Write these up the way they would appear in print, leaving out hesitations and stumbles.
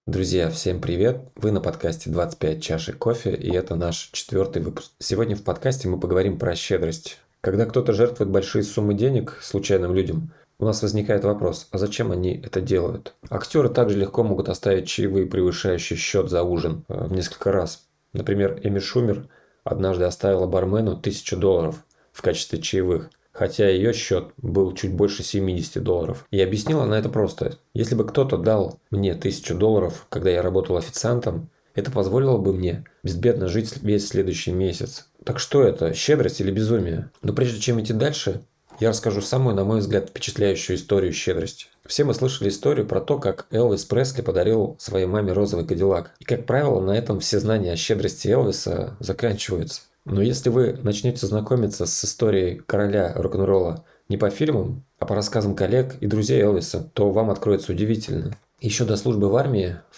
Друзья, всем привет! Вы на подкасте «25 чашек кофе», и это наш 4-й выпуск. Сегодня в подкасте мы поговорим про щедрость. Когда кто-то жертвует большие суммы денег случайным людям, у нас возникает вопрос, а зачем они это делают? Актеры также легко могут оставить чаевые, превышающие счет за ужин в несколько раз. Например, Эми Шумер однажды оставила бармену $1000 в качестве чаевых, хотя ее счет был чуть больше $70. И объяснила она это просто. Если бы кто-то дал мне $1000, когда я работал официантом, это позволило бы мне безбедно жить весь следующий месяц. Так что это, щедрость или безумие? Но прежде чем идти дальше, я расскажу самую, на мой взгляд, впечатляющую историю щедрости. Все мы слышали историю про то, как Элвис Пресли подарил своей маме розовый кадиллак. И, как правило, на этом все знания о щедрости Элвиса заканчиваются. Но если вы начнете знакомиться с историей короля рок-н-ролла не по фильмам, а по рассказам коллег и друзей Элвиса, то вам откроется удивительно. Еще до службы в армии в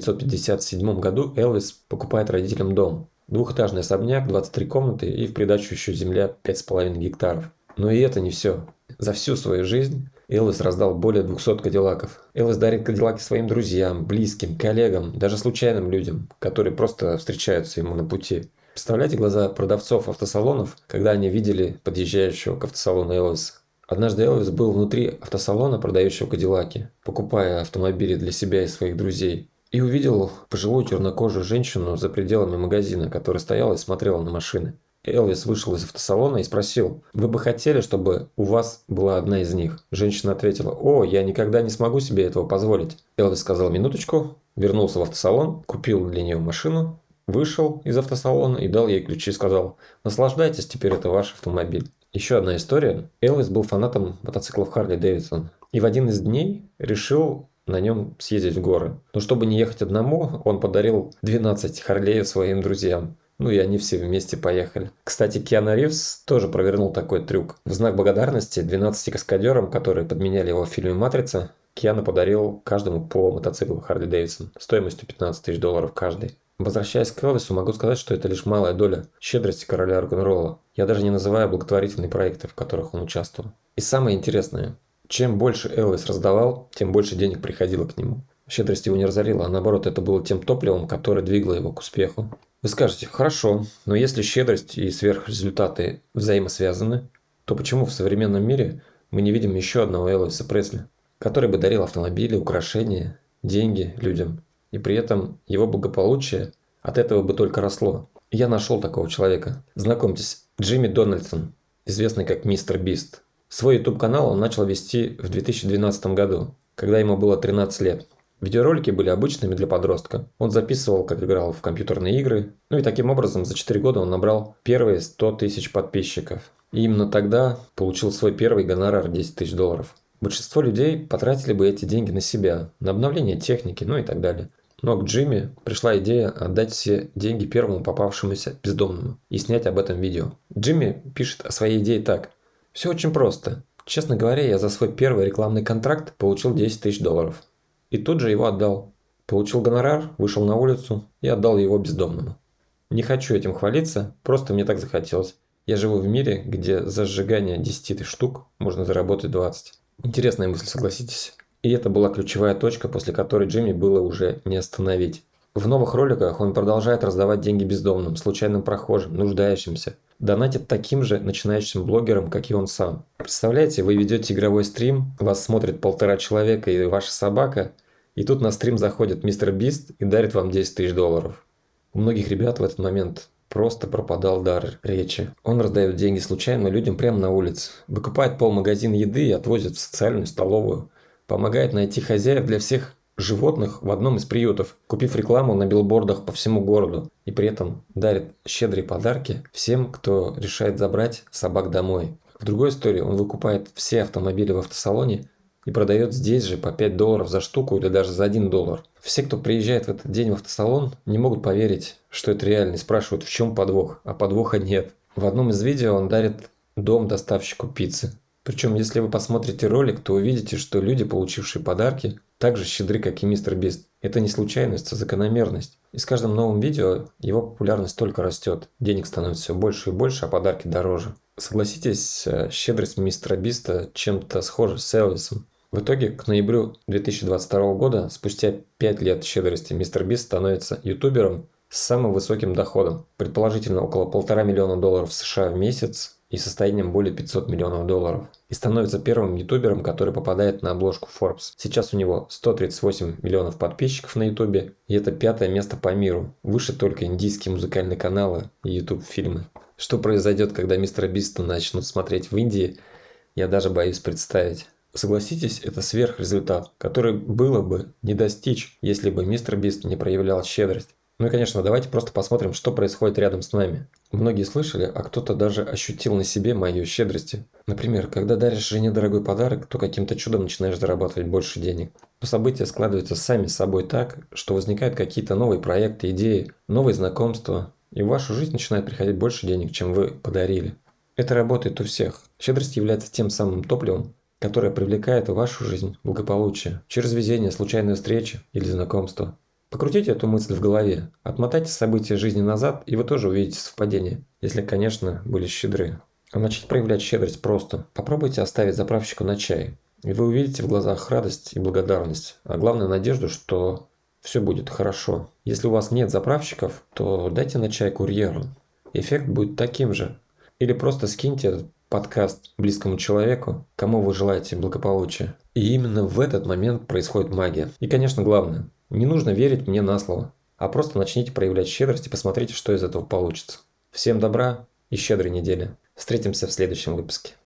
1957 году Элвис покупает родителям дом. Двухэтажный особняк, 23 комнаты и в придачу еще земля 5,5 гектаров. Но и это не все. За всю свою жизнь Элвис раздал более 200 кадиллаков. Элвис дарит кадиллаки своим друзьям, близким, коллегам, даже случайным людям, которые просто встречаются ему на пути. Представляете глаза продавцов автосалонов, когда они видели подъезжающего к автосалону Элвиса? Однажды Элвис был внутри автосалона, продающего кадиллаки, покупая автомобили для себя и своих друзей. И увидел пожилую чернокожую женщину за пределами магазина, которая стояла и смотрела на машины. Элвис вышел из автосалона и спросил: «Вы бы хотели, чтобы у вас была одна из них?» Женщина ответила: «О, я никогда не смогу себе этого позволить». Элвис сказал: «Минуточку», вернулся в автосалон, купил для нее машину, вышел из автосалона и дал ей ключи, сказал: «Наслаждайтесь, теперь это ваш автомобиль». Еще одна история. Элвис был фанатом мотоциклов Харли Дэвидсон. И в один из дней решил на нем съездить в горы. Но чтобы не ехать одному, он подарил 12 Харлеев своим друзьям. Ну и они все вместе поехали. Кстати, Киану Ривз тоже провернул такой трюк. В знак благодарности 12 каскадерам, которые подменяли его в фильме «Матрица», Киану подарил каждому по мотоциклу Харли Дэвидсон стоимостью $15 000 каждый. Возвращаясь к Элвису, могу сказать, что это лишь малая доля щедрости короля рок-н-ролла. Я даже не называю благотворительные проекты, в которых он участвовал. И самое интересное, чем больше Элвис раздавал, тем больше денег приходило к нему. Щедрость его не разорила, а наоборот, это было тем топливом, которое двигало его к успеху. Вы скажете: хорошо, но если щедрость и сверхрезультаты взаимосвязаны, то почему в современном мире мы не видим еще одного Элвиса Пресли, который бы дарил автомобили, украшения, деньги людям, и при этом его благополучие от этого бы только росло? Я нашел такого человека. Знакомьтесь, Джимми Дональдсон, известный как Мистер Бист. Свой YouTube-канал он начал вести в 2012 году, когда ему было 13 лет. Видеоролики были обычными для подростка. Он записывал, как играл в компьютерные игры. Ну и таким образом за 4 года он набрал первые 100 тысяч подписчиков. И именно тогда получил свой первый гонорар $10 000. Большинство людей потратили бы эти деньги на себя, на обновление техники, ну и так далее. Но к Джимми пришла идея отдать все деньги первому попавшемуся бездомному и снять об этом видео. Джимми пишет о своей идее так: «Все очень просто. Честно говоря, я за свой первый рекламный контракт получил $10 000. И тут же его отдал. Получил гонорар, вышел на улицу и отдал его бездомному. Не хочу этим хвалиться, просто мне так захотелось. Я живу в мире, где за сжигание 10 штук можно заработать 20». Интересная мысль, согласитесь? И это была ключевая точка, после которой Джимми было уже не остановить. В новых роликах он продолжает раздавать деньги бездомным, случайным прохожим, нуждающимся. Донатит таким же начинающим блогерам, как и он сам. Представляете, вы ведете игровой стрим, вас смотрит 1,5 человека и ваша собака, и тут на стрим заходит Мистер Бист и дарит вам $10 000. У многих ребят в этот момент просто пропадал дар речи. Он раздает деньги случайным людям прямо на улице, выкупает полмагазина еды и отвозит в социальную столовую, помогает найти хозяев для всех животных в одном из приютов, купив рекламу на билбордах по всему городу, и при этом дарит щедрые подарки всем, кто решает забрать собак домой. В другой истории он выкупает все автомобили в автосалоне и продает здесь же по $5 за штуку или даже за $1. Все, кто приезжает в этот день в автосалон, не могут поверить, что это реально, и спрашивают, в чем подвох, а подвоха нет. В одном из видео он дарит дом доставщику пиццы. Причем, если вы посмотрите ролик, то увидите, что люди, получившие подарки, так же щедры, как и Мистер Бист. Это не случайность, а закономерность. И с каждым новым видео его популярность только растет. Денег становится все больше и больше, а подарки дороже. Согласитесь, щедрость Мистера Биста чем-то схожа с Элвисом. В итоге, к ноябрю 2022 года, спустя 5 лет щедрости, MrBeast становится ютубером с самым высоким доходом, предположительно около $1,5 миллиона США в месяц и состоянием более $500 миллионов. И становится первым ютубером, который попадает на обложку Forbes. Сейчас у него 138 миллионов подписчиков на ютубе, и это 5-е место по миру. Выше только индийские музыкальные каналы и YouTube-фильмы. Что произойдет, когда MrBeast начнут смотреть в Индии, я даже боюсь представить. Согласитесь, это сверхрезультат, который было бы не достичь, если бы MrBeast не проявлял щедрость. Ну и, конечно, давайте просто посмотрим, что происходит рядом с нами. Многие слышали, а кто-то даже ощутил на себе мою щедрость. Например, когда даришь жене дорогой подарок, то каким-то чудом начинаешь зарабатывать больше денег. Но события складываются сами собой так, что возникают какие-то новые проекты, идеи, новые знакомства, и в вашу жизнь начинает приходить больше денег, чем вы подарили. Это работает у всех. Щедрость является тем самым топливом, которое привлекает в вашу жизнь благополучие через везение, случайные встречи или знакомства. Покрутите эту мысль в голове, отмотайте события жизни назад, и вы тоже увидите совпадение, если, конечно, были щедры. А начать проявлять щедрость просто. Попробуйте оставить заправщику на чай, и вы увидите в глазах радость и благодарность, а главное надежду, что все будет хорошо. Если у вас нет заправщиков, то дайте на чай курьеру. Эффект будет таким же. Или просто скиньте этот подкаст близкому человеку, кому вы желаете благополучия. И именно в этот момент происходит магия. И, конечно, главное, не нужно верить мне на слово, а просто начните проявлять щедрость и посмотрите, что из этого получится. Всем добра и щедрой недели. Встретимся в следующем выпуске.